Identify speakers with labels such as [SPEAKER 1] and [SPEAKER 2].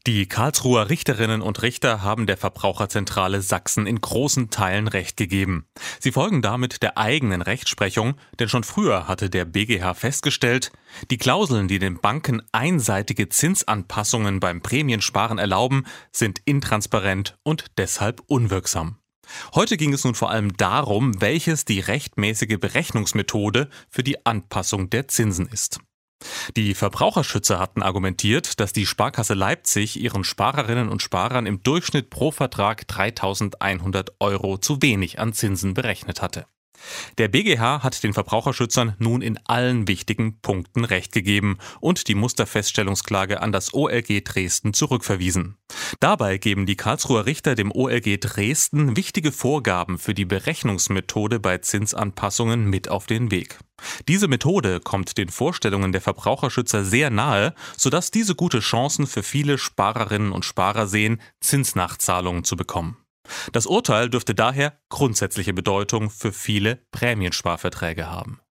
[SPEAKER 1] Die Karlsruher Richterinnen und Richter haben der Verbraucherzentrale Sachsen in großen Teilen Recht gegeben. Sie folgen damit der eigenen Rechtsprechung, denn schon früher hatte der BGH festgestellt, die Klauseln, die den Banken einseitige Zinsanpassungen beim Prämiensparen erlauben, sind intransparent und deshalb unwirksam. Heute ging es nun vor allem darum, welches die rechtmäßige Berechnungsmethode für die Anpassung der Zinsen ist. Die Verbraucherschützer hatten argumentiert, dass die Sparkasse Leipzig ihren Sparerinnen und Sparern im Durchschnitt pro Vertrag 3.100 € zu wenig an Zinsen berechnet hatte. Der BGH hat den Verbraucherschützern nun in allen wichtigen Punkten Recht gegeben und die Musterfeststellungsklage an das OLG Dresden zurückverwiesen. Dabei geben die Karlsruher Richter dem OLG Dresden wichtige Vorgaben für die Berechnungsmethode bei Zinsanpassungen mit auf den Weg. Diese Methode kommt den Vorstellungen der Verbraucherschützer sehr nahe, sodass diese gute Chancen für viele Sparerinnen und Sparer sehen, Zinsnachzahlungen zu bekommen. Das Urteil dürfte daher grundsätzliche Bedeutung für viele Prämiensparverträge haben.